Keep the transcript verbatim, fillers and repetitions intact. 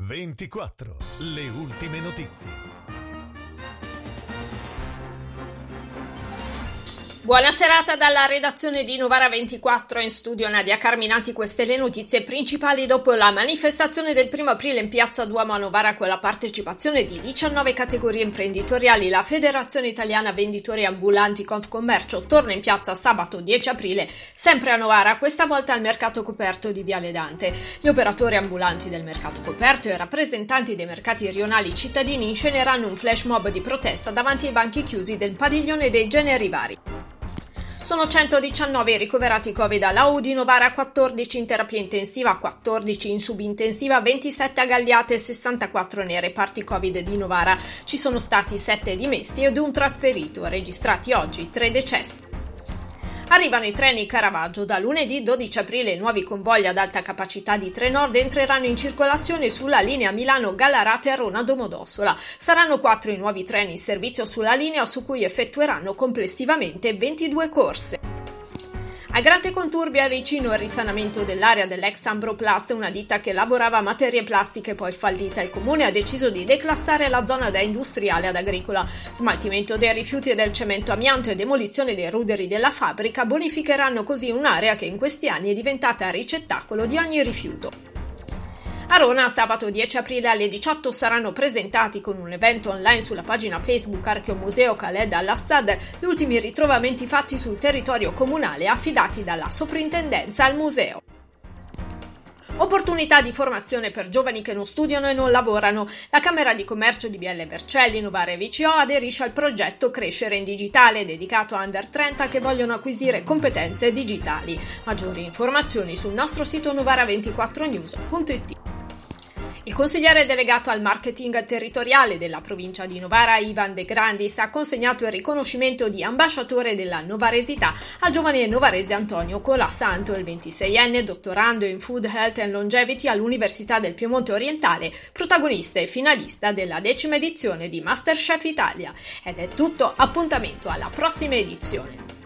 ventiquattro. Le ultime notizie. Buona serata dalla redazione di Novara ventiquattro, in studio Nadia Carminati. Queste le notizie principali dopo la manifestazione del primo aprile in Piazza Duomo a Novara con la partecipazione di diciannove categorie imprenditoriali. La Federazione Italiana Venditori Ambulanti Confcommercio torna in piazza sabato dieci aprile, sempre a Novara, questa volta al mercato coperto di Viale Dante. Gli operatori ambulanti del mercato coperto e i rappresentanti dei mercati rionali cittadini insceneranno un flash mob di protesta davanti ai banchi chiusi del padiglione dei generi vari. Sono centodiciannove i ricoverati Covid alla U di Novara, quattordici in terapia intensiva, quattordici in subintensiva, ventisette a Gagliate e sessantaquattro nei reparti Covid di Novara. Ci sono stati sette dimessi ed un trasferito, registrati oggi tre decessi. Arrivano i treni Caravaggio. Da lunedì dodici aprile i nuovi convogli ad alta capacità di Trenord entreranno in circolazione sulla linea Milano-Gallarate-Arona-Domodossola. Saranno quattro i nuovi treni in servizio sulla linea, su cui effettueranno complessivamente ventidue corse. A Grate Conturbia è vicino il risanamento dell'area dell'ex Ambroplast, una ditta che lavorava a materie plastiche poi fallita. Il comune ha deciso di declassare la zona da industriale ad agricola. Smaltimento dei rifiuti e del cemento amianto e demolizione dei ruderi della fabbrica bonificheranno così un'area che in questi anni è diventata ricettacolo di ogni rifiuto. A Rona, sabato dieci aprile alle diciotto saranno presentati con un evento online sulla pagina Facebook Archeomuseo Khaled al-Assad gli ultimi ritrovamenti fatti sul territorio comunale affidati dalla soprintendenza al museo. Opportunità di formazione per giovani che non studiano e non lavorano. La Camera di Commercio di Bielle Vercelli, Novara e V C O aderisce al progetto Crescere in Digitale, dedicato a under trenta che vogliono acquisire competenze digitali. Maggiori informazioni sul nostro sito novara ventiquattro news punto it. Il consigliere delegato al marketing territoriale della provincia di Novara, Ivan De Grandis, ha consegnato il riconoscimento di ambasciatore della novaresità al giovane novarese Antonio Colasanto, il ventiseienne dottorando in Food, Health and Longevity all'Università del Piemonte Orientale, protagonista e finalista della decima edizione di MasterChef Italia. Ed è tutto, appuntamento alla prossima edizione.